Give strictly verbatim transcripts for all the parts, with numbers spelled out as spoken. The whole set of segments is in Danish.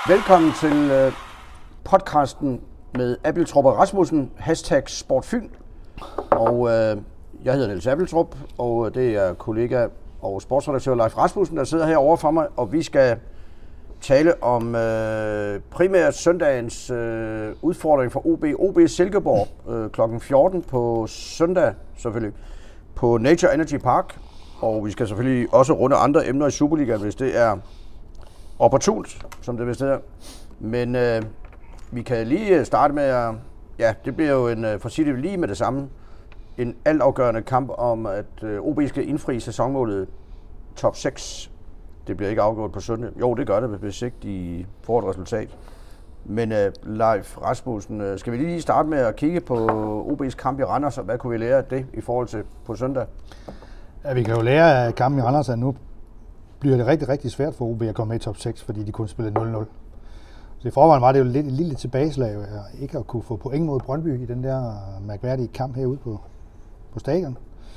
Velkommen til øh, podcasten med Abeltrup og Rasmussen, hashtag Sportfyn. Og øh, jeg hedder Niels Abeltrup, og det er kollega og sportsredaktør Leif Rasmussen, der sidder herovre for mig. Og vi skal tale om øh, primært søndagens øh, udfordring for O B. O B Silkeborg øh, klokken fjorten på søndag, selvfølgelig, på Nature Energy Park. Og vi skal selvfølgelig også runde andre emner i Superligaen, hvis det er opportunt, som det vist hedder. Men øh, vi kan lige starte med at, ja, det bliver jo en, for at sige det lige med det samme, en altafgørende kamp om, at øh, O B skal indfri sæsonmålet top seks. Det bliver ikke afgjort på søndag. Jo, det gør det, hvis ikke de får et resultat. Men øh, Leif Rasmussen, øh, skal vi lige starte med at kigge på O B's kamp i Randers, og hvad kunne vi lære af det i forhold til på søndag? Ja, vi kan jo lære af kampen i Randers, at nu bliver det rigtig, rigtig svært for O B at komme med i top seks, fordi de kun spillede nul nul. Så i forvejen var det jo lidt et lille tilbageslag, ikke at kunne få point mod Brøndby i den der mærkværdige kamp herude på, på stadion.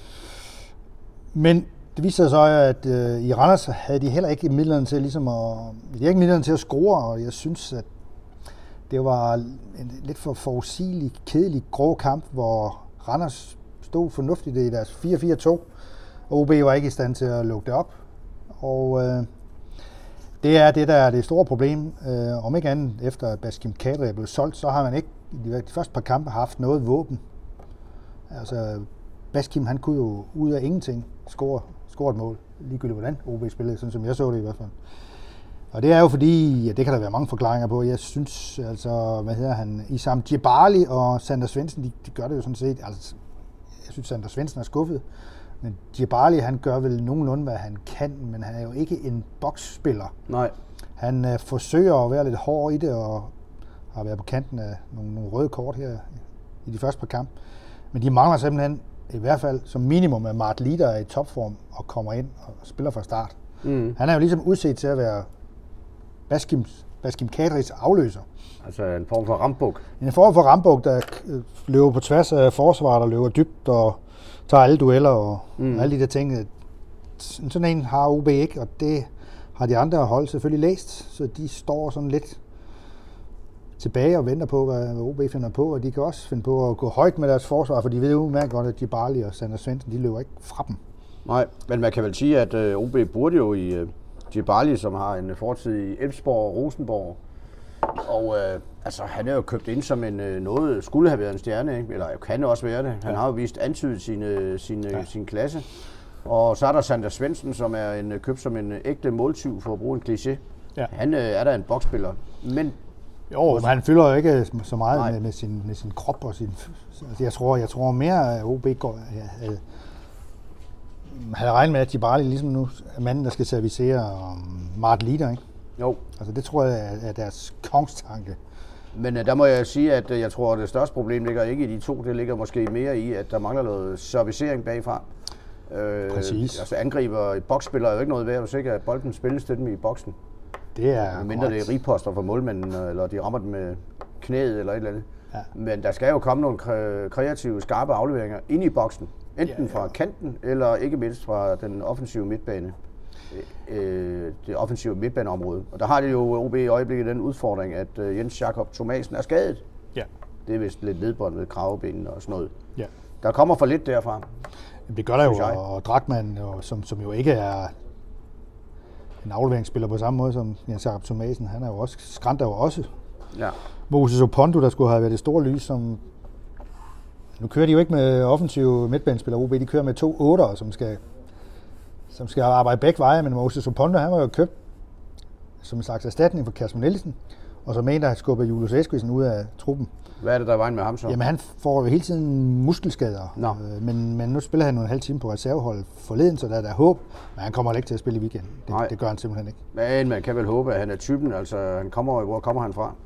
Men det viste sig så, at øh, i Randers havde de heller ikke midlerne til, ligesom at, de havde ikke midlerne til at score, og jeg synes, at det var en lidt for forudsigelig, kedelig, grå kamp, hvor Randers stod fornuftigt i deres fire fire to, og O B var ikke i stand til at lukke det op. Og øh, det er det, der er det store problem. Øh, om ikke andet, efter at Baskim Kadri er blevet solgt, så har man ikke i de første par kampe haft noget våben. Altså, Baskim, han kunne jo ud af ingenting score, score et mål, ligegyldigt hvordan O B spillede, sådan som jeg så det i hvert fald. Og det er jo fordi, ja, det kan der være mange forklaringer på. Jeg synes, altså, hvad hedder han, Isam Djibali og Sander Svendsen, de, de gør det jo sådan set, altså, jeg synes, Sander Svendsen er skuffet. Men Djibali, han gør vel nogenlunde, hvad han kan, men han er jo ikke en boksspiller. Nej. Han øh, forsøger at være lidt hård i det, og har været på kanten af nogle, nogle røde kort her i de første par kampe. Men de mangler simpelthen, i hvert fald som minimum, at Mart Lider er i topform og kommer ind og spiller fra start. Mm. Han er jo ligesom udset til at være Baskim, Baskim Kadris afløser. Altså en form for rambuk. En form for rambuk, der løber på tværs af forsvaret og løber dybt og tager alle dueller og, mm. og alle de der ting. Sådan en har O B ikke, og det har de andre hold selvfølgelig læst, så de står sådan lidt tilbage og venter på, hvad O B finder på, og de kan også finde på at gå højt med deres forsvar, for de ved jo meget godt, at Djibali og Sander Svendsen, de løber ikke fra dem. Nej, men man kan vel sige, at O B burde jo i uh, Djibali, som har en fortid i Elfsborg og Rosenborg, og uh, altså, han er jo købt ind som en uh, noget, skulle have været en stjerne, ikke? Eller kan også være det. Han ja. har jo vist antydet sin, uh, sin, ja. sin klasse. Og så er der Sander Svendsen, som er en, købt som en ægte måltyv, for at bruge en kliché. Ja. Han uh, er der en boksspiller, men jo, men han fylder jo ikke så meget med, med, sin, med sin krop og sin. Altså jeg tror, jeg tror mere, at O B går, jeg havde, havde regnet med, at Djibali ligesom nu er manden, der skal servicere um, Mart Lider, ikke? Jo. Altså det tror jeg er deres kongstanke. Men uh, der må jeg sige, at uh, jeg tror, at det største problem ligger ikke i de to. Det ligger måske mere i, at der mangler noget servicering bagfra. Uh, Præcis. Altså angriber, boksspillere er jo ikke noget værd, hvis ikke at bolden spilles til dem i boksen. Det er mindre det er riposter for målmanden, eller de rammer dem med knæet eller et eller andet. Ja. Men der skal jo komme nogle kreative, skarpe afleveringer ind i boksen. Enten ja, ja. fra kanten, eller ikke mindst fra den offensive midtbane. Øh, det offensive midtbaneområde. Og der har det jo O B i øjeblikket den udfordring, at Jens Jakob Thomasen er skadet. Ja. Det er vist lidt ledbånd ved kravebenene og sådan noget. Ja. Der kommer for lidt derfra. Jamen, det gør der jo, og Drachmann, som, som jo ikke er en afleveringsspiller på samme måde som Jens Jakob Thomasen, han er jo også, skrænter jo også. Ja. Moses Opondo, der skulle have været det store lys, som nu kører de jo ikke med offensive midtbanespillere O B, de kører med to otter, som skal, som skal arbejde begge veje, men Moses Opondo, han var jo købt som en slags erstatning for Kasper Nielsen, og som en, der har skubbet Julius Eskildsen ud af truppen. Hvad er det, der er vejen med ham så? Jamen han får jo hele tiden muskelskader, no. men, men nu spiller han jo en halv time på reservehold forleden, så der er der håb, men han kommer ikke til at spille i weekenden. Det, det gør han simpelthen ikke. Men man kan vel håbe, at han er typen, altså han kommer, hvor kommer han fra?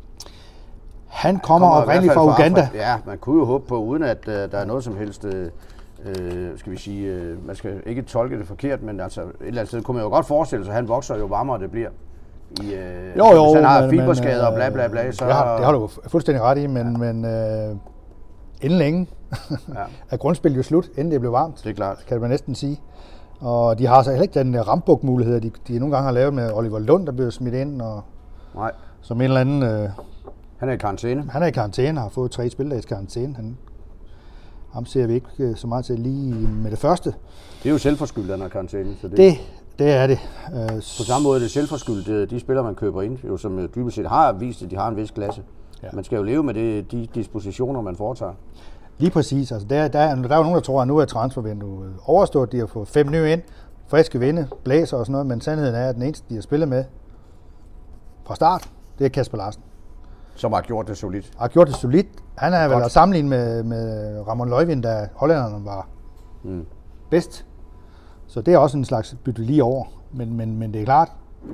Han kommer, kommer oprindeligt fra Uganda. Fra, ja, man kunne jo håbe på, uden at uh, der er noget som helst, uh, skal vi sige, uh, man skal ikke tolke det forkert, men altså et eller andet sted kunne man jo godt forestille sig, at han vokser jo varmere det bliver. I, øh, jo, jo, hvis han har fiberskader og bla bla bla, så... Det har, det har du fuldstændig ret i, men, ja. men øh, inden længe ja. er grundspillet jo slut, inden det blev varmt. Det er klart. Kan man næsten sige. Og de har så heller ikke den rambuk-mulighed, de, de nogle gange har lavet med Oliver Lund, der blev smidt ind, og Nej. Som en eller anden... Øh, han er i karantæne. Han er i karantæne, har fået tre spildags karantæne. Han, ham ser vi ikke så meget til lige med det første. Det er jo selvforskyldt, den her karantæne. Så det, det, det er det. Øh, På samme måde er det selvforskyldt, de spillere, man køber ind, jo, som dybest set har vist, at de har en vis klasse. Ja. Man skal jo leve med det, de dispositioner, man foretager. Lige præcis. Altså, der, der, der er jo nogen, der tror, at nu er transfervinduet overstået. De har fået fem nye ind, friske vinde, blæser og sådan noget, men sandheden er, at den eneste, de har spillet med fra start, det er Kasper Larsen. Som har gjort det solidt. Har gjort det solidt. Han er vel at sammenligne med, med Ramon Løjvind, da hollænderne var mm. bedst. Så det er også en slags bytte lige over. Men, men, men det er klart,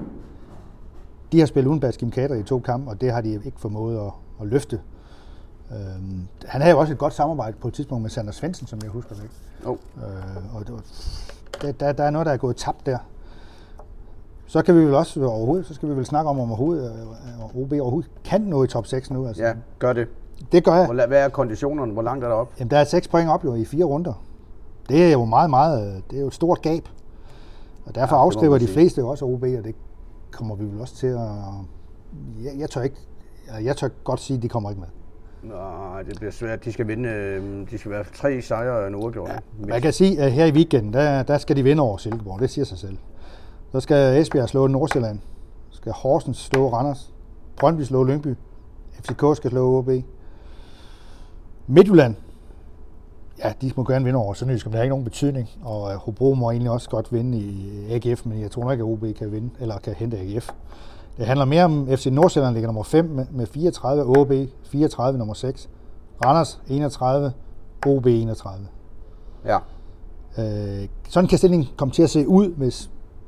de har spillet uden Baskim Kadri i to kampe, og det har de ikke formået at, at løfte. Øhm, han havde jo også et godt samarbejde på et tidspunkt med Sander Svendsen, som jeg husker det. Oh. Øh, og det var, det, der, der er noget, der er gået tabt der. Så kan vi vel også overhovedet, så skal vi vel snakke om, om overhovedet, O B overhovedet kan nå i top seks nu. Altså. Ja, gør det. Det gør jeg. Hvad er konditionerne? Hvor langt er der op? Jamen, der er seks point op jo i fire runder. Det er jo meget, meget, det er jo et stort gab. Og derfor ja, afskriver de fleste jo også O B, og det kommer vi vel også til at... Jeg, jeg tør ikke, jeg tør godt sige, at de kommer ikke med. Nej, det bliver svært. De skal vinde, de skal være tre sejre og en uafgjort. Ja, jeg kan sige, at her i weekenden, der, der skal de vinde over Silkeborg. Det siger sig selv. Så skal Esbjerg slå Nordsjælland. Så skal Horsens slå Randers. Brøndby slå Lyngby. F C K skal slå O B. Midtjylland. Ja, de må gerne vinde over Sønderjysk, men det har ikke nogen betydning. Og Hobro må egentlig også godt vinde i A G F, men jeg tror nok ikke, at O B kan vinde, eller kan hente A G F. Det handler mere om F C Nordsjælland ligger nummer fem med fireogtredive, O B fireogtredive nummer seks, Randers enogtredive, O B enogtredive. Ja. Øh, sådan kan stillingen komme til at se ud, hvis,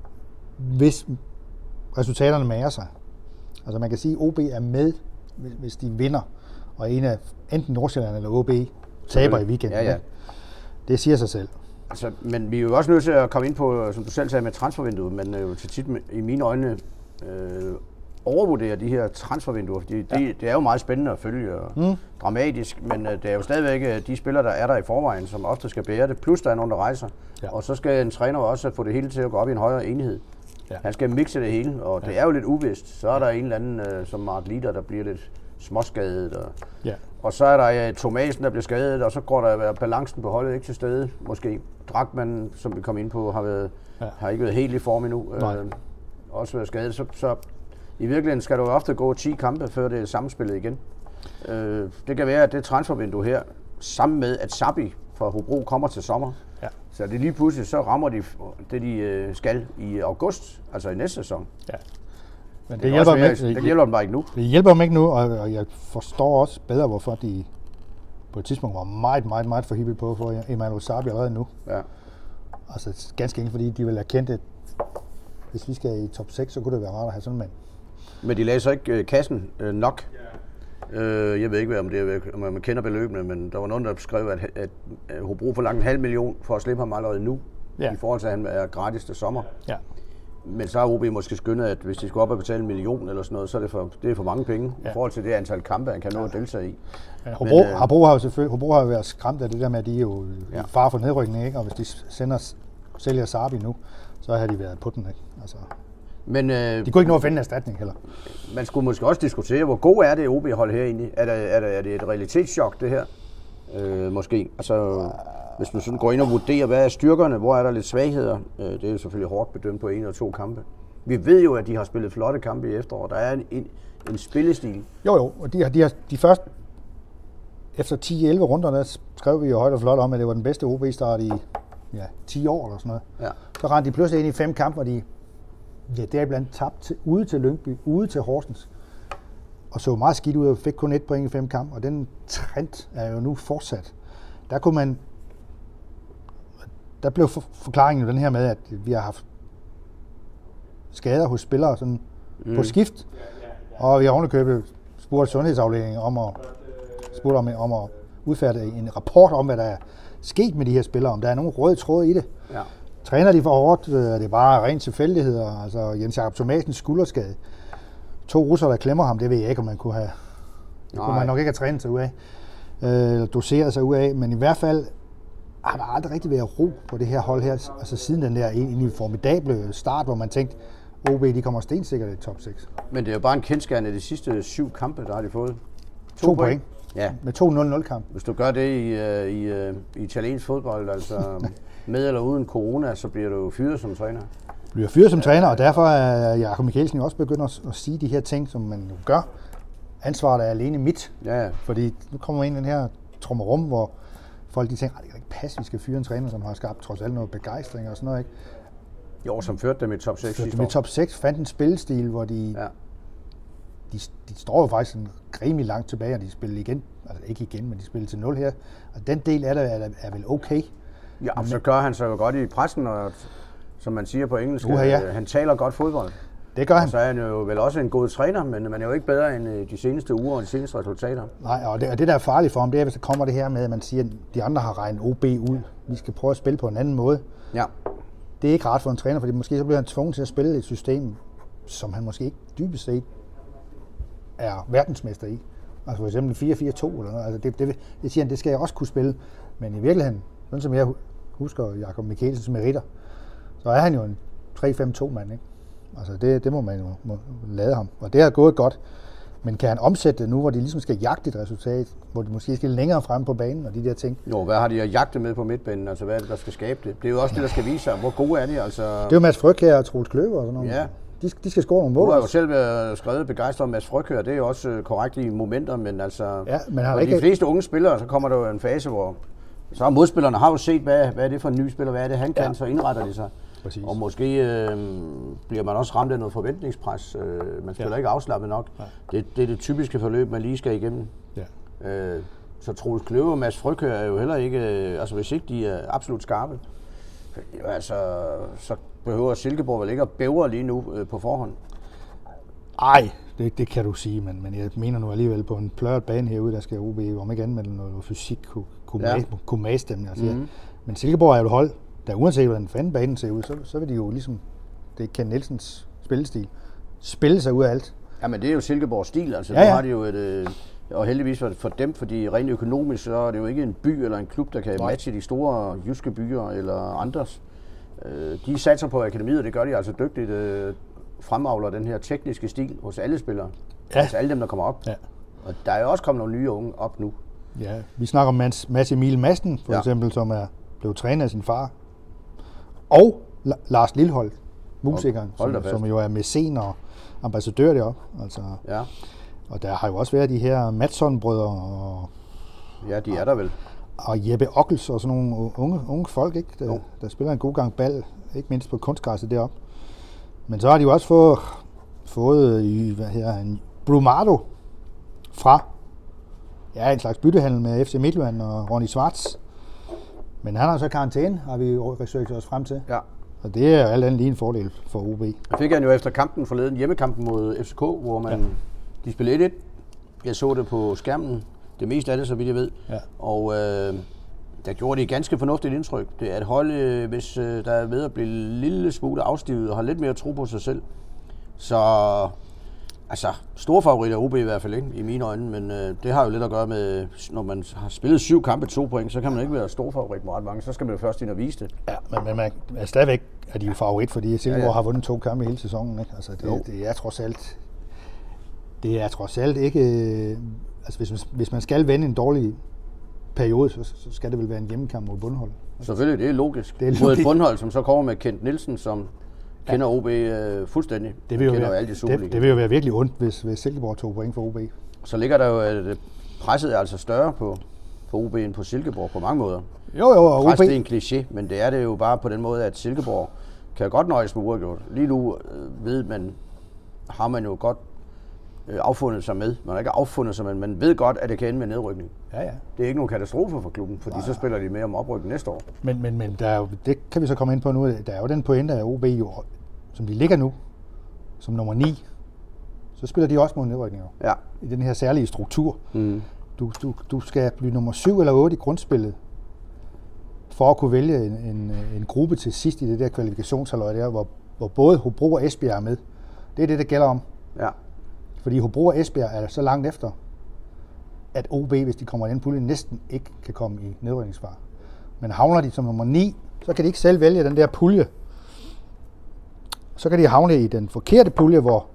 hvis resultaterne mager sig. Altså man kan sige, at O B er med, hvis de vinder, og en af enten Nordsjælland eller O B taber i weekenden. Ja, ja. Det siger sig selv. Altså, men vi er jo også nødt til at komme ind på, som du selv sagde, med transfervinduet, men jo til tit i mine øjne øh, overvurdere de her transfervinduer, fordi ja. det, det er jo meget spændende at følge og mm. dramatisk, men øh, det er jo stadigvæk de spillere, der er der i forvejen, som ofte skal bære det, plus der er nogen, der rejser. Ja. Og så skal en træner også få det hele til at gå op i en højere enhed. Ja. Han skal mixe det hele, og ja. det er jo lidt uvist. Så er der en eller anden, øh, som Mark Lider, der bliver lidt småskadet. Og, ja. og så er der uh, Thomasen, der bliver skadet, og så går der balancen på holdet ikke til stede. Måske Drachmann, som vi kom ind på, har, været, ja. har ikke været helt i form endnu. Øh, også været skadet. Så, så i virkeligheden skal du ofte gå ti kampe, før det er sammenspillet igen. Øh, det kan være, at det transfervindue her, sammen med at Sabi fra Hobro kommer til sommer, ja. så det lige pludselig, så rammer de det, de øh, skal i august, altså i næste sæson. Ja. Men det, det, hjælper være, ikke, det hjælper dem bare ikke nu. Det hjælper dem ikke nu, og, og jeg forstår også bedre, hvorfor de på et tidspunkt var meget, meget, meget forhippet på for Emmanuel Sabi allerede nu. Ja. Altså ganske enkelt, fordi de vil erkende, at hvis vi skal i top seks, så kunne det være rart at have sådan en mand. Men de lagde så ikke øh, kassen øh, nok. Øh, jeg ved ikke, om, det er, om man kender beløbene, men der var nogen, der skrev, at, at, at Hobro forlangte en halv million for at slippe ham allerede nu, ja. i forhold til, at han er gratis til sommer. Ja. Men så har O B måske skyndet, at hvis de skal op og betale en million eller sådan noget, så er det for, det er for mange penge, ja. i forhold til det antal kampe, han kan nå at deltage i. Ja, Hobro, Men, øh, Hobro har jo selvfølgelig Hobro har jo været skræmt af det der med, at de er jo ja. far for nedrykning, ikke? Og hvis de sender, sælger Sabi nu, så har de været på den, ikke? Altså, men, øh, de kunne ikke nå at finde en erstatning heller. Man skulle måske også diskutere, hvor god er det O B-hold her egentlig? Er, der, er, der, er det et realitetschok, det her? Øh, måske. Altså, hvis man sådan går ind og vurderer, hvad er styrkerne, hvor er der lidt svagheder? Øh, det er jo selvfølgelig hårdt bedømt på en eller to kampe. Vi ved jo, at de har spillet flotte kampe i efteråret. Der er en, en, en spillestil. Jo, jo. Og de har, de har de første, efter ti elleve runder, der skrev vi jo højt og flot om, at det var den bedste O B-start i ja, ti år eller sådan noget. Ja. Så rendte de pludselig ind i fem kampe, hvor de ja, der er blandt tabt til, ude til Lyngby, ude til Horsens. Og så meget skidt ud og fik kun et point i fem kampe. Og den trend er jo nu fortsat. Der kunne man... Der blev forklaringen den her med, at vi har haft skader hos spillere sådan mm. på skift. Og vi har ovenikøbet spurgt sundhedsafdelingen om at, spurgt om, om at udfærdige en rapport om, hvad der er sket med de her spillere. Om der er nogen røde tråd i det. Ja. Træner de for hårdt? Er det bare ren tilfældigheder? Altså Jens Jakob Thomasens skulderskade. To russer, der klemmer ham, det ved jeg ikke, om man kunne have... Det kunne man nok ikke have trænet sig ud af. Eller doseret sig ud af. Men i hvert fald har der aldrig rigtig været ro på det her hold her. Altså siden den der egentlig formidable start, hvor man tænkte, O B de kommer stensikkert i top seks. Men det er jo bare en kendsgerning af de sidste syv kampe, der har de fået. To, to point. point. Ja. Med to nul nul kamp. Hvis du gør det i, uh, i, uh, i italiensk fodbold, altså med eller uden corona, så bliver du fyret som træner. Bliver fyret som ja, træner, og derfor er Jakob Mikkelsen også begyndt at, at sige de her ting, som man jo gør. Ansvaret er alene mit. Ja. Fordi nu kommer vi ind i den her trummerum, hvor folk de tænker, at det kan ikke passe, vi skal fyre en træner, som har skabt trods alt noget begejstring og sådan noget, ikke? Jo, som førte dem i top seks sidste år. I top seks fandt en spillestil, hvor de, ja. de, de står jo faktisk en rimelig langt tilbage, og de spiller igen. Altså ikke igen, men de spiller til nul her. Og den del af det er, er vel okay. Ja, og så gør han så jo godt i pressen, og som man siger på engelsk, uh, ja. han taler godt fodbold. Det gør han. Og så er han jo vel også en god træner, men man er jo ikke bedre end de seneste uger og de seneste resultater. Nej, og det, og det der er farligt for ham, det er, hvis der kommer det her med, at man siger, at de andre har regnet O B ud. Vi skal prøve at spille på en anden måde. Ja. Det er ikke rart for en træner, fordi måske så bliver han tvunget til at spille et system, som han måske ikke dybest set er verdensmester i. Altså for eksempel fire fire to eller noget. Altså det, det, det siger han, det skal jeg også kunne spille. Men i virkeligheden, sådan som jeg husker Jakob Mikkelsens meritter, så er han jo en tre fem to mand, ikke? Altså det, det må man jo må lade ham. Og det har gået godt. Men kan han omsætte det nu, hvor de ligesom skal jagte et resultat, hvor de måske skal længere frem på banen og de der ting? Jo, hvad har de at jagte med på midtbanen? Altså hvad er det, der skal skabe det? Det er jo også det, der skal vise sig. Hvor gode er de? Altså... Det er jo Mads Frøkjær og Troels Kløver og sådan noget. Ja. De, de skal score nogle mål. Du har jo selv været skrevet begejstret om Mads Frøkjær. Det er jo også korrekt i momenter, men altså... Ja, men har de ikke... fleste unge spillere, så kommer der jo en fase, hvor... Så har modspillerne har jo set, hvad, hvad er det for en ny spiller, hvad er det han kan, ja. Så indretter de sig. Præcis. Og måske øh, bliver man også ramt af noget forventningspres. Øh, man spiller ja. ikke afslappet nok. Det, det er det typiske forløb, man lige skal igennem. Ja. Øh, så Troels Kløver og Mads Frøkjær er jo heller ikke, øh, altså hvis ikke de er absolut skarpe, jo, altså, så behøver Silkeborg vel ikke at bævre lige nu øh, på forhånd. Ej, det, det kan du sige, men, men jeg mener nu alligevel på en pløret bane herude, der skal O B om ikke andet med noget fysik kunne, kunne, ja. mase, kunne mase dem. Altså. Mm-hmm. Men Silkeborg er jo et hold, der uanset hvordan fanden banen ser ud, så, så vil de jo ligesom, det er Ken Nielsens spillestil, spille sig ud af alt. Ja, men det er jo Silkeborgs stil, altså ja, ja. Nu har de jo et, øh, og heldigvis for, for dem, fordi rent økonomisk, så er det jo ikke en by eller en klub, der kan Nej. matche de store jyske byer eller andres. Øh, de satser på akademiet, og det gør de altså dygtigt, øh, fremavler den her tekniske stil hos alle spillere, ja. Altså alle dem, der kommer op. Ja. Og der er jo også kommet nogle nye unge op nu. Ja, vi snakker om Mads, Mads Emil Madsen, for ja. eksempel, som er blevet trænet af sin far. Og La- Lars Lilholt, musikeren, som, som jo er mæcen og ambassadør deroppe. Altså, ja. Og der har jo også været de her Madsson-brødre. Og, ja, de er der vel. Og Jeppe Ockels og sådan nogle unge, unge folk, ikke? Der, der spiller en god gang bal, ikke mindst på kunstgræsset deroppe. Men så har de jo også fået, fået i, hvad her, en Brumado fra ja, en slags byttehandel med F C Midtjylland og Ronny Schwartz. Men han har så karantæne, har vi researchet os frem til. Ja. Og det er alt andet lige en fordel for O B. Jeg fik han jo efter kampen forleden, hjemmekampen mod F C K, hvor man, ja. de spillede et. Jeg så det på skærmen, det meste af det, så vidt jeg ved. Ja. Og øh, der gjorde det et ganske fornuftigt indtryk. Det er et hold, øh, hvis øh, der er ved at blive en lille smule afstivet og har lidt mere tro på sig selv. Så altså, store favoritter O B i hvert fald ikke, i mine øjne, men øh, det har jo lidt at gøre med, når man har spillet syv kampe, to point, så kan man ikke være stor favorit med ret mange, så skal man jo først ind og vise det. Ja, men, men man er stadigvæk er de jo favorit, fordi Silkeborg ja, ja. har vundet to kampe hele sæsonen, ikke? Altså, det, det er trods alt, det er trods alt ikke, øh, altså hvis man, hvis man skal vende en dårlig periode, så, så skal det vel være en hjemmekamp mod bundhold. Selvfølgelig, det er logisk. Det er mod et bundhold, som så kommer med Kent Nielsen, som kender O B øh, fuldstændig. Det vil, jo være, alt det, det vil jo være virkelig ondt, hvis, hvis Silkeborg tog point for O B. Så ligger der jo, at presset er altså større på, på O B end på Silkeborg på mange måder. Jo, jo, og Pres, det er en kliché, men det er det jo bare på den måde, at Silkeborg kan godt nøjes med uafgjort. Lige nu øh, ved man, har man jo godt øh, affundet sig med. Man har ikke affundet sig, men man ved godt, at det kan ende med nedrykning. Ja, ja. Det er ikke nogen katastrofe for klubben, fordi Nej. så spiller de med om oprykning næste år. Men, men, men der er jo, det kan vi så komme ind på nu. Der er jo den pointe af O B, jo, som de ligger nu, som nummer ni, så spiller de også mod nedrykninger. Ja. I den her særlige struktur. Mm. Du, du, du skal blive nummer syv eller otte i grundspillet, for at kunne vælge en, en, en gruppe til sidst i det der kvalifikationshalvøj der, hvor, hvor både Hobro og Esbjerg er med. Det er det, det gælder om. Ja. Fordi Hobro og Esbjerg er så langt efter, at O B, hvis de kommer i den pulje, næsten ikke kan komme i nedrykningsfare. Men havner de som nummer ni, så kan de ikke selv vælge den der pulje. Så kan de havne i den forkerte pulje, hvor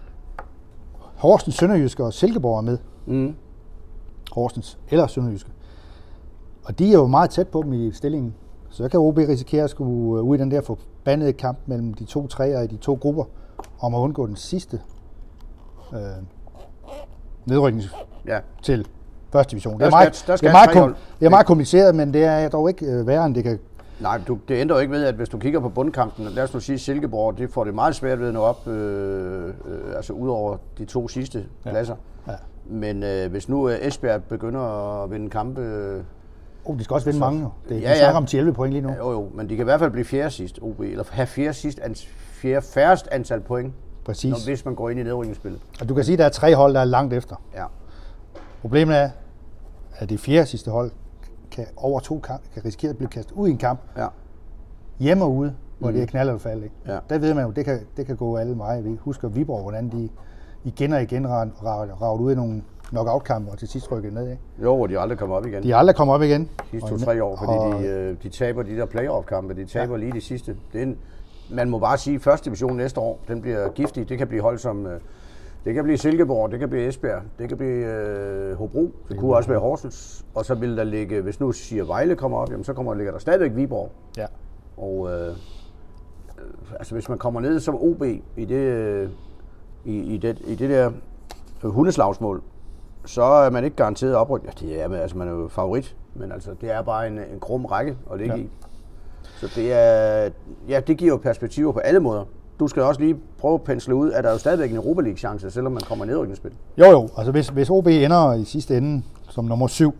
Horsens, Sønderjyske og Silkeborg er med. Mm. Horsens eller Sønderjyske. Og de er jo meget tæt på dem i stillingen. Så kan O B risikere at skulle ud i den der forbandede kamp mellem de to træer i de to grupper, om at undgå den sidste øh, nedrykning ja. til første division. Det er der meget, skal, der skal det er meget, kom, det er meget kompliceret, men det er dog ikke øh, værre, end det kan. Nej, du, det ændrer jo ikke ved, at hvis du kigger på bundkampen, lad os nu sige, Silkeborg, det får det meget svært ved at nå op, øh, øh, altså ud over de to sidste ja. pladser. Ja. Men øh, hvis nu Esbjerg begynder at vinde kampe... Øh, oh, de skal også vinde så, mange jo. Det er ja, ja. om elleve point lige nu. Ja, jo, jo, men de kan i hvert fald blive fjerde sidst, O B, eller have fjerde sidst, fjerde færrest antal point, præcis. Når, hvis man går ind i nedrykningsspillet. Og du kan sige, at der er tre hold, der er langt efter. Ja. Problemet er, at det fjerde sidste hold kan over to kamp, kan risikere at blive kastet ud i en kamp. Ja. Hjemme og ude, hvor mm. det er knald eller fald. Ikke? Ja. Der ved man jo, det kan, det kan gå alle veje. Vi husker Viborg, hvordan de igen og igen raget ud i nogle knockout-kampe og til sidst rykket ned. Ikke? Jo, og de aldrig kommer op igen. De er aldrig kommet op igen. De sidste to-tre år, fordi og, de, de taber de der playoff-kampe. De taber ja. lige de sidste. Det er en, man må bare sige, at første division næste år, den bliver giftig. Det kan blive hold som... Det kan blive Silkeborg, det kan blive Esbjerg, det kan blive øh, Hobro, det, det kunne også være Horsens. Og så vil der ligge, hvis nu siger Vejle kommer op, jamen så kommer der ligger der stadigvæk Viborg. Ja. Og øh, altså hvis man kommer ned som O B i det, øh, i, i det, i det der hundeslagsmål, så er man ikke garanteret opryk. Ja, det er, altså man er jo favorit, men altså det er bare en, en krum række at ligge ja. i. Så det er, ja, det giver jo perspektiver på alle måder. Du skal også lige prøve at pensle ud, at der er jo stadigvæk en Europa League chance, selvom man kommer ned i spil. Jo jo, altså hvis, hvis O B ender i sidste ende som nummer syv,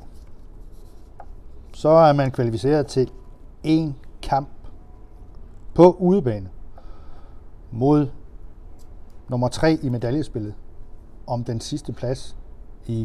så er man kvalificeret til én kamp på udebane mod nummer tre i medaljespillet om den sidste plads i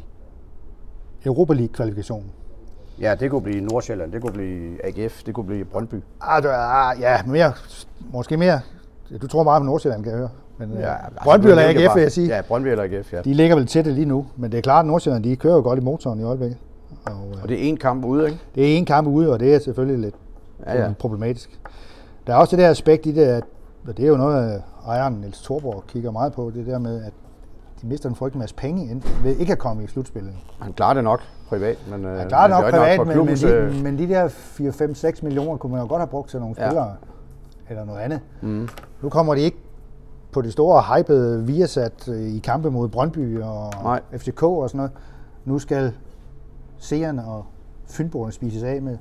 Europa League-kvalifikationen. Ja, det kunne blive Nordsjælland, det kunne blive A G F, det kunne blive Brøndby. Ah, ja, mere, måske mere. Du tror meget på Nordsjælland, kan jeg høre. Men ja, altså, Brøndby eller A G F, vil jeg sige. Ja, Brøndby eller A G F, ja. De ligger vel tæt lige nu, men det er klart, at Nordsjælland, de kører jo godt i motoren i øjeblikket. Og, og det er én kamp ude, ikke? Det er én kamp ude, og det er selvfølgelig lidt ja, ja. problematisk. Der er også det der aspekt i det, at og det er jo noget, ejeren Niels Thorborg kigger meget på, det der med, at de mister en frygtelig masse penge ved ikke at komme i slutspillet. Han klarer det nok privat, men han klarer det nok privat, nok men, men, de, men de der fire, fem, seks millioner kunne man jo godt have brugt til nogle spillere ja. eller noget andet. Mm. Nu kommer de ikke på det store hypede Viasat i kampe mod Brøndby og Nej. F C K og sådan noget. Nu skal seerne og fynboerne spises af med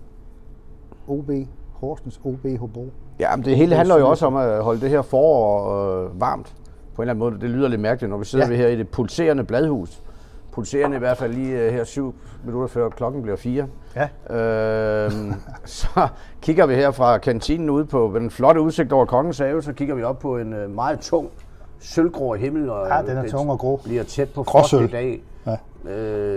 O B, Horsens, O B, Hobro. Ja, men det hele handler jo også om at holde det her forår øh, varmt. På en eller anden måde, det lyder lidt mærkeligt, når vi sidder ja. ved her i det pulserende bladhus. Pulserende i hvert fald lige her syv minutter før klokken bliver fire. Ja. Øh, så kigger vi her fra kantinen ud på den flotte udsigt over Kongens Have, så kigger vi op på en øh, meget tung sølvgrå himmel. Og ja, den er tung og grå. Bliver tæt på frost i dag. Ja.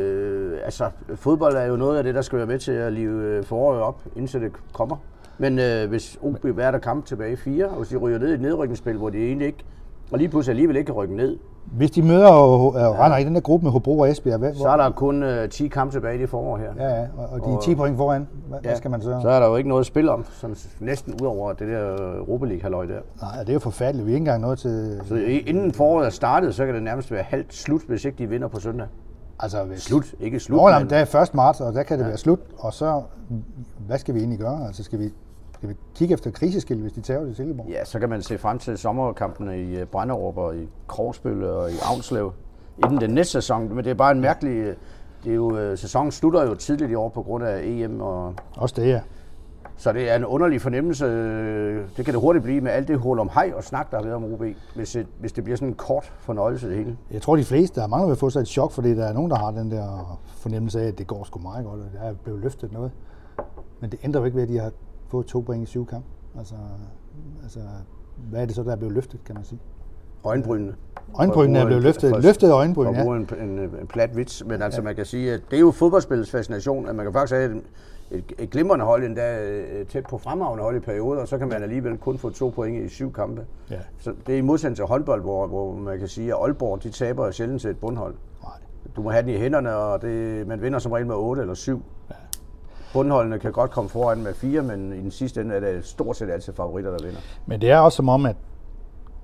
Øh, altså, fodbold er jo noget af det, der skal være med til at live foråret op, indtil det kommer. Men øh, hvis O B værter kamp tilbage i fire, og hvis de ryger ned i et nedrykningsspil, hvor de egentlig ikke, og lige pludselig alligevel ikke kan rykke ned. Hvis de møder og, og ja. render i den der gruppe med Hobro og Esbjerg, hvad, så er der kun øh, ti kampe tilbage i det forår her. Ja, ja, og, og de er ti point foran. Hvad, ja, hvad skal man så? Så er der jo ikke noget at spille om, sådan næsten ud over det der Europa League-halløj der. Nej, det er jo forfærdeligt. Vi er ikke engang noget til... Så inden foråret er startet, så kan det nærmest være halvt slut, hvis ikke de vinder på søndag. Altså, hvis... Slut, ikke slut. Nå, men... der er første marts, og der kan det ja. være slut, og så, hvad skal vi egentlig gøre? Altså, skal vi... Skal vi kigge efter kriseskilt, hvis de tager til Silkeborg? Ja, så kan man se frem til sommerkampene i Branderup og i Krogsbølle og i Avnslev inden den næste sæson. Men det er bare en mærkelig... Det er jo, sæsonen slutter jo tidligt i år på grund af E M. Og også det, ja. Så det er en underlig fornemmelse. Det kan det hurtigt blive med alt det hul om hej og snak, der har været om O B, hvis det, hvis det bliver sådan en kort fornøjelse det hele. Jeg tror, de fleste, der mangler vil få sig et chok, fordi der er nogen, der har den der fornemmelse af, at det går sgu meget godt, og der er blevet løftet noget. Men det ændrer jo ikke ved, at de har fået to point i syv kamp. Altså, altså, hvad er det så, der er blevet løftet, kan man sige? Øjenbrynene. Øjenbrynene er blevet løftet. For, løftet øjenbryn, ja. For at bruge en, en, en plat vits, men altså ja. man kan sige, at det er jo fodboldspillets fascination, at man kan faktisk have et, et, et glimrende hold endda tæt på fremragende hold i perioder, og så kan man alligevel kun få to point i syv kampe. Ja. Så det er i modsætning til håndbold, hvor, hvor man kan sige, at Aalborg de taber sjældent til et bundhold. Nej. Du må have den i hænderne, og det, man vinder som regel med otte eller syv. Ja. Bundholdene kan godt komme foran med fire, men i den sidste ende er det stort set altid favoritter, der vinder. Men det er også som om, at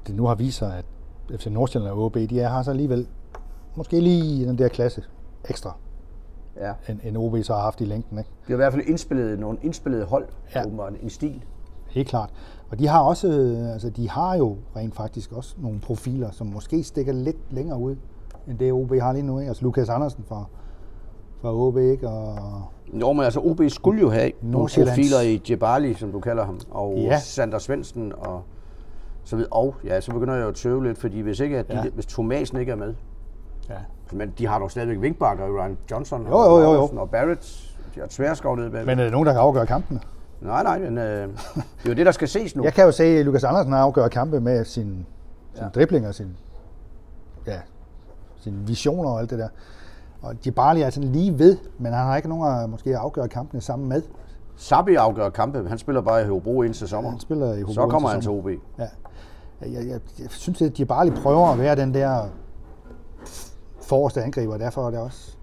det nu har vist sig, at F C Nordsjælland og O B, de er, har så alligevel måske lige den der klasse ekstra, ja. end, end O B så har haft i længden. Ikke? De har i hvert fald indspillet nogle indspillede hold, ja. åbenbart en stil. Helt klart. Og de har også, altså de har jo rent faktisk også nogle profiler, som måske stikker lidt længere ud, end det O B har lige nu. Ikke? Altså Lukas Andersen fra, fra O B, ikke? Og jo, men altså O B skulle jo have nogle profiler i Djibali, som du kalder ham, og ja. Sander Svendsen og så videre. Og ja, så begynder jeg jo at tøve lidt, fordi hvis ikke at de, ja. hvis Thomasen ikke er med, ja. men de har dog stadigvæk Vinkbakker, Ryan Johnson jo, jo, jo, jo. og Barrett, de har Tværskov nede bag. Men er det nogen, der kan afgøre kampene? Nej, nej, men øh, det er jo det, der skal ses nu. Jeg kan jo se, at Lukas Andersen har afgør kampe med sin, sin ja. dribling og sin, ja, sine visioner og alt det der. Og Djibali er sådan lige ved, men han har ikke nogen at måske afgøre kampene sammen med. Sabi afgør kampe. Han spiller bare i Hobro indtil sommer. Ja, han spiller i Hobro så kommer han til O B. Ja. Jeg, jeg, jeg, jeg synes, at Djibali prøver at være den der forreste angriber, derfor er det også,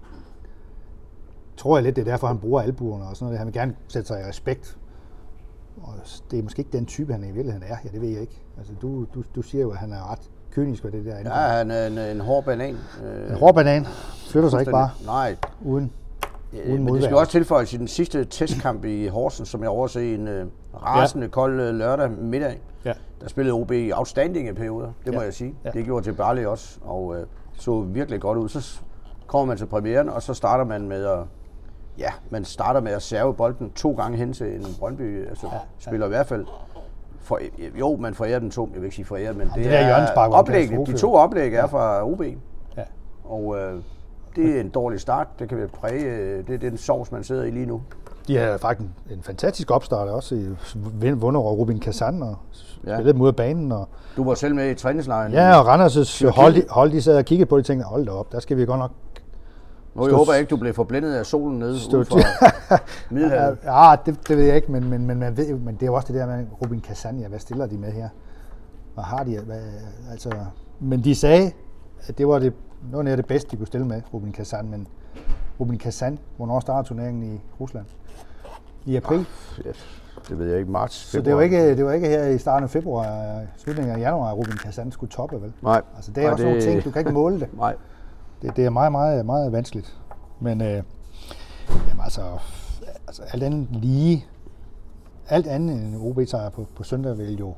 tror jeg lidt, det er derfor, han bruger albuerne og sådan noget. Han vil gerne sætte sig i respekt. Og det er måske ikke den type, han i virkeligheden er. Ja, det ved jeg ikke. Altså, du, du, du siger jo, at han er ret kynisk ved det der. Ja, han er en, en hård banan. En hård banan. Flytter sig ikke bare. Nej. Uden, ja, uden men det skal også tilføjes i den sidste testkamp i Horsens, som jeg overser en uh, rasende ja. kold uh, lørdag middag. Ja. Der spillede O B i outstanding perioder, det ja. må jeg sige. Ja. Det gjorde Djibali også, og uh, så virkelig godt ud. Så kommer man til premieren, og så starter man med at Ja, man starter med at serve bolden to gange hen til en Brøndby. Altså ja, ja. spiller i hvert fald for, jo, man forærer den to. Jeg vil ikke sige foræret, men ja, det, det er oplægget. De to oplæg er fra O B. Ja. Og øh, det er en dårlig start. Det kan være præge. Det er den sovs, man sidder i lige nu. De har faktisk en, en fantastisk opstart også. Vundet over Rubin Kazan og ja. spillet dem ud af banen. Og du var selv med i træningslejren. Ja, og Randers' hold, hold, de sad og kiggede på det og tænkte, hold da op, der skal vi godt nok. Nu, jeg håber ikke, du blev forblændet af solen nede ude fra Middelhavet. Ja, det, det ved jeg ikke, men, men, men, man ved, men det er jo også det der med Rubin Kazan. Ja, hvad stiller de med her? Hvad har de? Hvad, altså, men de sagde, at det var det, noget af det bedste, de kunne stille med, Rubin Kazan. Men Rubin Kazan, hvornår starter turneringen i Rusland? I april? Ah, yes. Det ved jeg ikke, marts, februar. Så det var ikke, det var ikke her i starten af februar, slutningen af januar, at Rubin Kazan skulle toppe, vel? Nej. Altså, det er Nej, også det... nogle ting, du kan ikke måle det. Nej. Det, det er meget, meget, meget vanskeligt. Men øh, jamen altså, altså, alt andet lige, alt andet end O B-sejr på, på søndag vil jo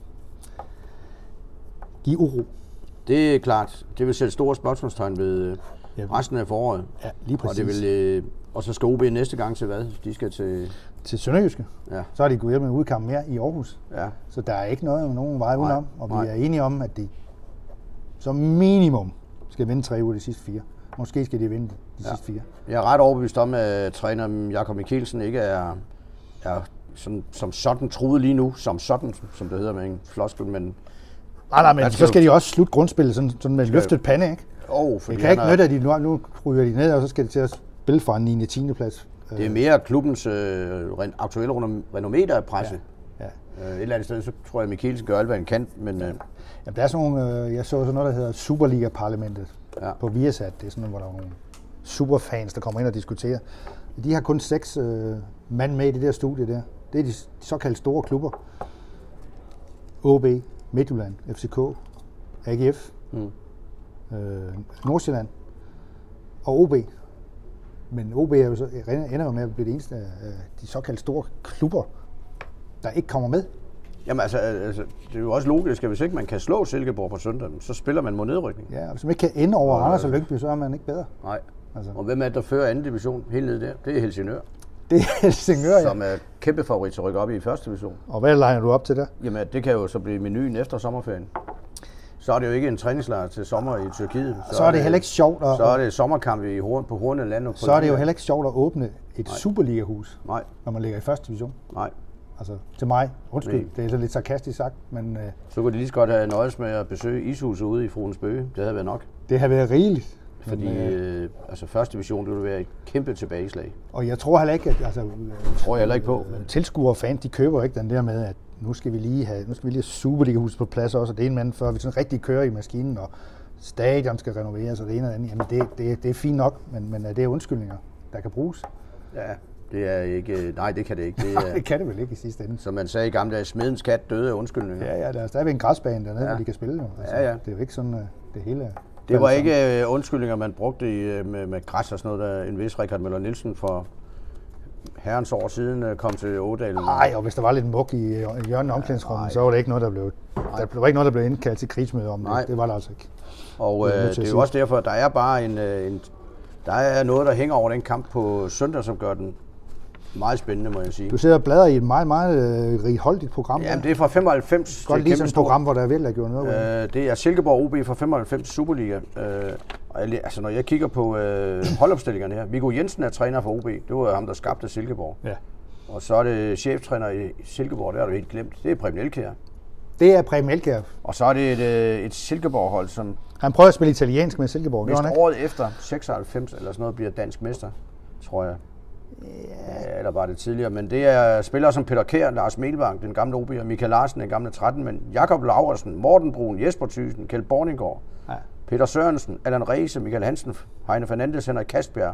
give uro. Det er klart. Det vil sætte store spørgsmålstegn ved ja, resten af foråret. Ja, lige præcis. Og, det vil, øh, og så skal O B næste gang til hvad? De skal til... Til Sønderjyske. Ja. Så har de gået hjem med en udkamp mere i Aarhus. Ja. Så der er ikke noget, nogen vej udenom. Og vi Nej. er enige om, at de som minimum skal vinde tre ud af de sidste fire. Måske skal de vinde de ja. sidste fire. Jeg er ret overbevist om, at træner Jakob Mikkelsen ikke er, er som, som sådan truet lige nu, som sådan, som det hedder med en floskel, men... Nej, nej, men så skal de også slutte grundspillet sådan, sådan med løftet pande, ikke? Oh, fordi det kan ikke nytte, at de nu, nu ryger de ned, og så skal de til at spille for en niende tiende plads. Det er mere klubbens øh, aktuelle renommé, der er presse. Ja. Ja. Øh, et eller andet sted, så tror jeg, at Mikkelsen gør alt, hvad han kan, men... Ja. Øh, Jamen, der er sådan nogle, øh, jeg så sådan noget, der hedder Superliga-parlamentet ja. på Viasat. Det er sådan noget, hvor der er nogle superfans, der kommer ind og diskuterer. De har kun seks øh, mand med i det der studie der. Det er de, de såkaldte store klubber. O B, Midtjylland, F C K, A G F, mm. øh, Nordsjælland og O B. Men O B er jo så, ender jo med at blive det eneste af de såkaldte store klubber, der ikke kommer med. Jamen altså, altså, det er jo også logisk, at hvis ikke man kan slå Silkeborg på søndag, så spiller man mod nedrykning. Ja, og hvis man ikke kan ende over Randers og Lyngby, så er man ikke bedre. Nej. Altså. Og hvem er det, der fører anden division helt ned der? Det er Helsingør. Det er Helsingør, ja. Som er kæmpe favorit til at rykke op i første division. Og hvad legner du op til der? Jamen, det kan jo så blive menuen efter sommerferien. Så er det jo ikke en træningslejr til sommer i Tyrkiet. Så, så er det, det heller ikke sjovt at... Så er det sommerkamp i Horn, på Horneland. Så er det jo heller ikke sjovt at åbne et Nej. Superliga-hus, Nej. når man ligger i første division. Nej. Altså, til mig. Undskyld, Nej. Det er lidt sarkastisk sagt, men... Øh, så kunne de lige så godt have nøjes med at besøge ishuset ude i Fruens Bøge. Det havde været nok. Det havde været rigeligt. Fordi men, øh, altså første division, det ville være et kæmpe tilbageslag. Og jeg tror heller ikke, at... Altså, det tror jeg heller ikke på. Øh, tilskuere og fans, de køber ikke den der med, at nu skal vi lige have, nu skal vi lige have Superliga-huset på plads også, og det er en mand, før vi sådan rigtig kører i maskinen, og stadion skal renoveres, og det ene og det andet. Jamen det, det, det er fint nok, men, men det er undskyldninger, der kan bruges. Ja, Det er ikke, nej, det kan det ikke. Det, er, det kan det vel ikke i sidste ende. Som man sagde i gamle dage, smedens kat døde af undskyldninger. Ja, ja, der er stadigvæk en græsbane dernede, ja. hvor de kan spille nu. Altså, ja, ja. Det er jo ikke sådan, det hele er... Det var ikke uh, undskyldninger, man brugte i, med, med græs og sådan noget, der en vis Richard Møller Nielsen for herrens år siden uh, kom til Ådalen. Nej, og hvis der var lidt muk i hjørnet omklædningsrummet, så var det ikke noget, der blev, der var ikke noget, der blev indkaldt til krigsmøde om. Det, det var der altså ikke. Og uh, det er jo også derfor, at der er bare en, en, der er noget, der hænger over den kamp på søndag, som gør den meget spændende, må jeg sige. Du sidder og bladrer i et meget, meget øh, righoldigt program. Jamen, det er fra femoghalvfems. Godt lige sådan et program, hvor der er virkelig gjort noget. Øh, det er Silkeborg O B fra femoghalvfems Superliga. Øh, og jeg, altså, når jeg kigger på øh, holdopstillingerne her. Viggo Jensen er træner for O B. Det var ham, der skabte Silkeborg. Ja. Og så er det cheftræner i Silkeborg, det har du helt glemt. Det er Preben Elkjær. Det er Preben Elkjær. Og så er det et, et Silkeborg-hold, som... Han prøver at spille italiensk med Silkeborg. Hvis året efter, seksoghalvfems eller sådan noget, bliver dansk mester, tror jeg. Ja, eller var det tidligere, men det er spillere som Peter Kjær, Lars Melvang, den gamle O B'er, Michael Larsen, den gamle tretten mand, Jakob Laursen, Morten Brun, Jesper Thyssen, Kjeld Borninggaard, ja. Peter Sørensen, Allan Reese, Michael Hansen, Heine Fernandes, Henrik Kastbjerg,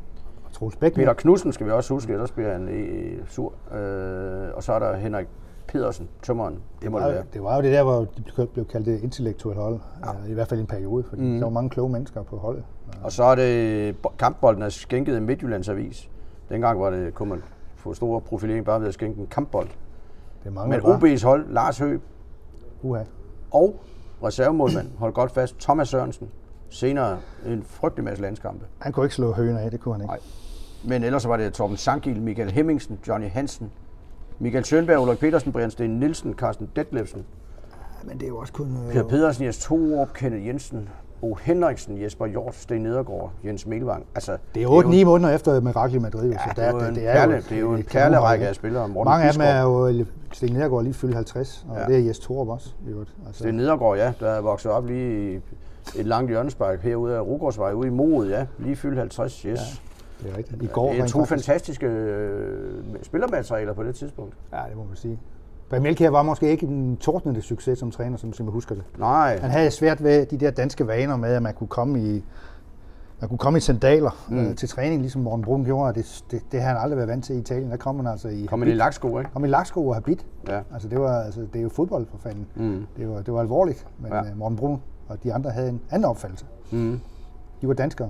Peter Knudsen skal vi også huske, ellers bliver han i sur, øh, og så er der Henrik Pedersen, tømmeren. Det var, det, det var jo det der, hvor de blev kaldt det intellektuelt hold, ja. I hvert fald i en periode, fordi mm. der var mange kloge mennesker på holdet. Og så er det kampbolden er skænket i Midtjyllands Avis. Dengang var det, kunne man få store profilering bare ved at skænke en kampbold. Det er men O B's hold, Lars Høgh uh-huh. og reservemålmand, hold godt fast, Thomas Sørensen. Senere en frygtelig masse landskampe. Han kunne ikke slå Høgh af, det kunne han ikke. Nej. Men ellers var det Torben Sankil, Michael Hemmingsen, Johnny Hansen, Michael Schönberg, Ulrik Petersen, Brian Steen Nielsen, Carsten Detlefsen. Ja, men det er jo også kun... Per Pedersen, Jes Torup, Kenneth Jensen, O. Henriksen, Jesper Hjort, Sten Nedergaard, Jens Melvang. Altså, det er otte ni måneder efter Mirakel i Madrid. Ja, så det, er, det, det, er jo, det er jo en perlerække af spillere. Morten Mange Biskov. Af dem er jo Sten Nedergaard lige fyldt halvtreds, og ja. Det er Jes Torup også. Altså. Sten Nedergaard, ja, der er vokset op lige i et langt hjørnespark herude af Rugårdsvej, ude i Moret, ja, lige fyldt halvtreds, yes. Ja, det er rigtigt. I går det er to fantastiske øh, spillermaterialer på det tidspunkt. Ja, det må man sige. Preben Elkjær var måske ikke en tordnende succes som træner, som man husker det. Nej. Han havde svært ved de der danske vaner med, at man kunne komme i, man kunne komme i sandaler mm. øh, til træning, ligesom Morten Brun gjorde. Det, det, det har han aldrig været vant til i Italien. Der kom man altså i... Kom man i laksko, ikke? Kom i laksko og habit. Ja. Altså det var, altså det er jo fodbold for fanden. Mm. Det var, det var alvorligt, men ja. Morten Brun og de andre havde en anden opfattelse. Mm. De var danskere.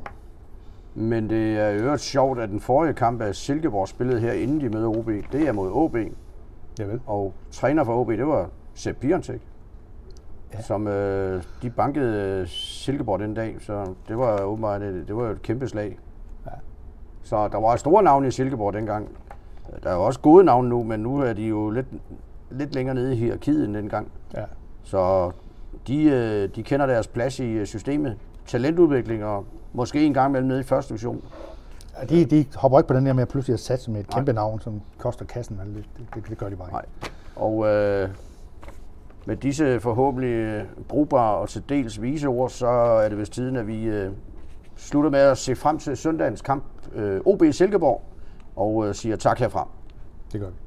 Men det er jo sjovt, at den forrige kamp af Silkeborg spillede her, inden de møder O B. Det er mod O B. Javel. Og træner for O B, det var Sepp Piontek, ja. som øh, de bankede Silkeborg den dag, så det var åbenbart det, det var jo et kæmpe slag. Ja. Så der var store navne i Silkeborg dengang. Der er jo også gode navne nu, men nu er de jo lidt, lidt længere nede i hierarkiet end dengang. Ja. Så de, de kender deres plads i systemet. Talentudvikling og måske en gang mellem nede i første division. Ja, de, de hopper ikke på den der med at pludselig at satse med et kæmpe navn, som koster kassen. Det, det, det gør de bare ikke. Nej. Og øh, med disse forhåbentlig brugbare og til dels vise ord, så er det vist tiden, at vi øh, slutter med at se frem til søndagens kamp øh, O B Silkeborg og øh, siger tak herfra. Det gør vi.